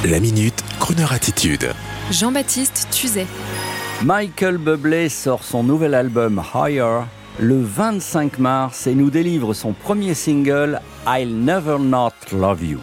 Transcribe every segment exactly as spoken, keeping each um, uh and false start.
La Minute, Crooner Attitude. Jean-Baptiste Tuzet. Michael Bublé sort son nouvel album Higher le vingt-cinq mars et nous délivre son premier single I'll Never Not Love You.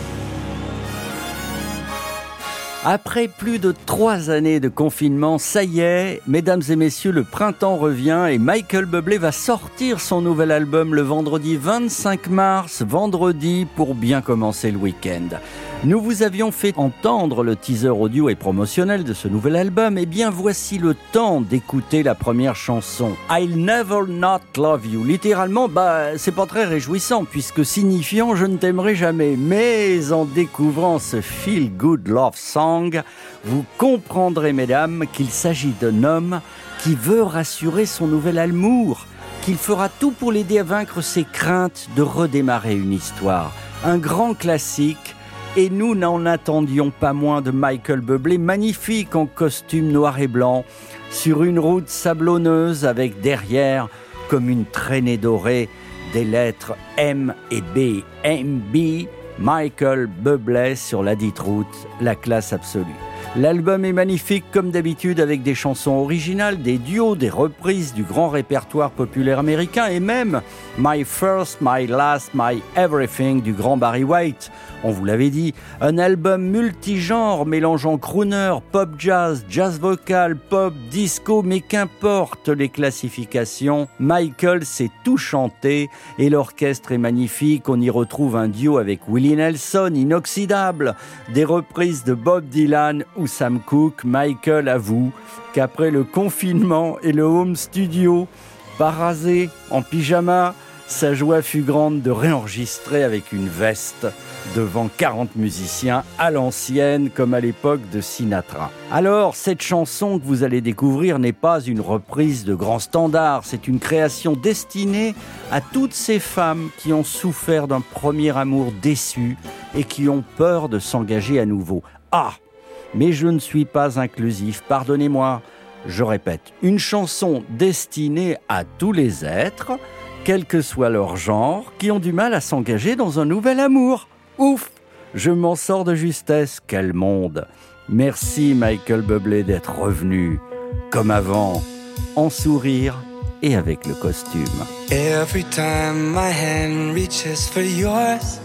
Après plus de trois années de confinement, ça y est, mesdames et messieurs, le printemps revient et Michael Bublé va sortir son nouvel album le vendredi vingt-cinq mars, vendredi pour bien commencer le week-end. Nous vous avions fait entendre le teaser audio et promotionnel de ce nouvel album, et bien voici le temps d'écouter la première chanson, I'll Never Not Love You. Littéralement, bah, c'est pas très réjouissant puisque signifiant je ne t'aimerai jamais. Mais en découvrant ce feel good love song, vous comprendrez, mesdames, qu'il s'agit d'un homme qui veut rassurer son nouvel amour, qu'il fera tout pour l'aider à vaincre ses craintes de redémarrer une histoire. Un grand classique. Et nous n'en attendions pas moins de Michael Bublé, magnifique en costume noir et blanc, sur une route sablonneuse avec derrière, comme une traînée dorée, des lettres M et B. M B, Michael Bublé sur la dite route, la classe absolue. L'album est magnifique comme d'habitude avec des chansons originales, des duos, des reprises du grand répertoire populaire américain et même My First, My Last, My Everything du grand Barry White. On vous l'avait dit, un album multigenre mélangeant crooner, pop jazz, jazz vocal, pop, disco, mais qu'importe les classifications, Michael sait tout chanter et l'orchestre est magnifique. On y retrouve un duo avec Willie Nelson, inoxydable, des reprises de Bob Dylan ou Sam Cooke. Michael avoue qu'après le confinement et le home studio, pas rasé, en pyjama, sa joie fut grande de réenregistrer avec une veste devant quarante musiciens à l'ancienne, comme à l'époque de Sinatra. Alors, cette chanson que vous allez découvrir n'est pas une reprise de grands standards, c'est une création destinée à toutes ces femmes qui ont souffert d'un premier amour déçu et qui ont peur de s'engager à nouveau. Ah, mais je ne suis pas inclusif, pardonnez-moi. Je répète, une chanson destinée à tous les êtres, quel que soit leur genre, qui ont du mal à s'engager dans un nouvel amour. Ouf, je m'en sors de justesse, quel monde. Merci Michael Bublé d'être revenu, comme avant, en sourire et avec le costume. Every time my hand reaches for yours,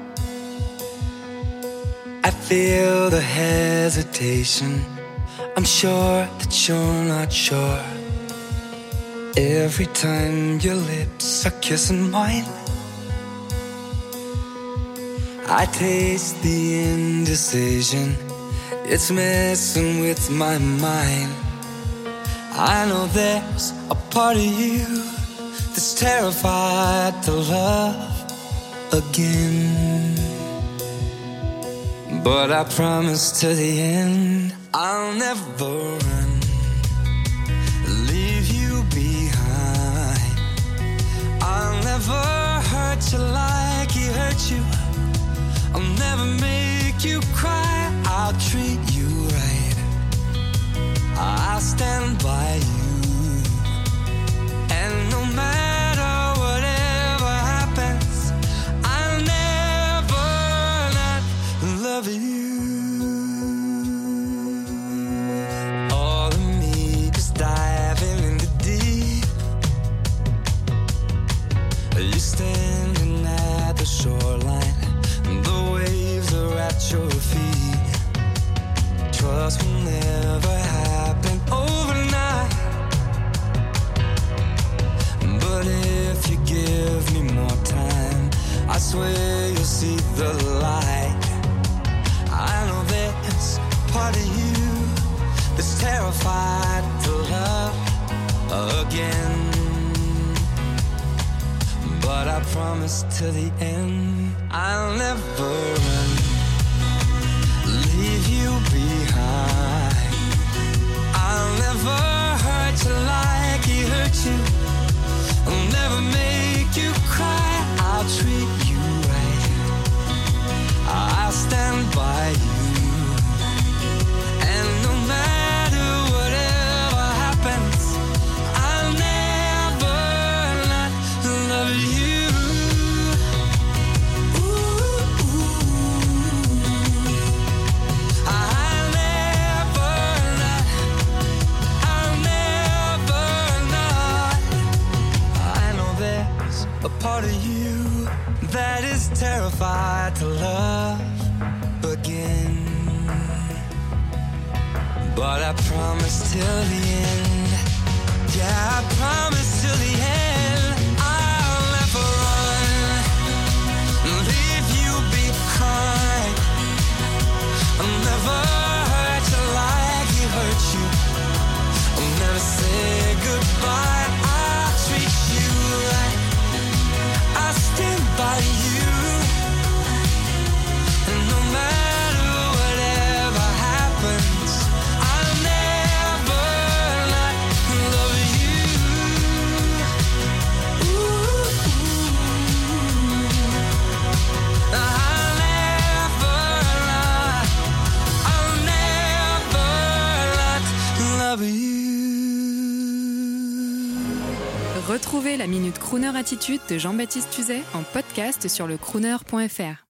I feel the hesitation. I'm sure that you're not sure. Every time your lips are kissing mine, I taste the indecision. It's messing with my mind. I know there's a part of you that's terrified to love again. But I promise to the end, I'll never run, leave you behind. I'll never hurt you like he hurt you. I'll never make you cry. I'll treat you right. I'll stand by you. And no matter whatever happens, I'll never not love you. All of me is diving in the deep. You standing at the shoreline, the waves are at your feet. Trust will never happen overnight, but if you give me more time, I swear you'll see the light. I know there's a part of you that's terrified to love again, but I promise to the end, I'll never run, leave you behind. I'll never hurt you like he hurt you. I'll never make you cry. I'll treat you right. I'll stand by you. And no matter whatever happens, I'll never not love you. Ooh, ooh. There's a part of you that is terrified to love again. But I promise till the end, yeah, I promise till the end, I'll never run, leave you behind. I'll never hurt you like he hurt you. I'll never say goodbye. I'll treat you right. I'll stand by you. And no matter whatever happens, I'll never not love you. Ooh, I'll never not, I'll never not love you. Retrouvez la Minute Crooner Attitude de Jean-Baptiste Tuzet en podcast sur le crooner point f r.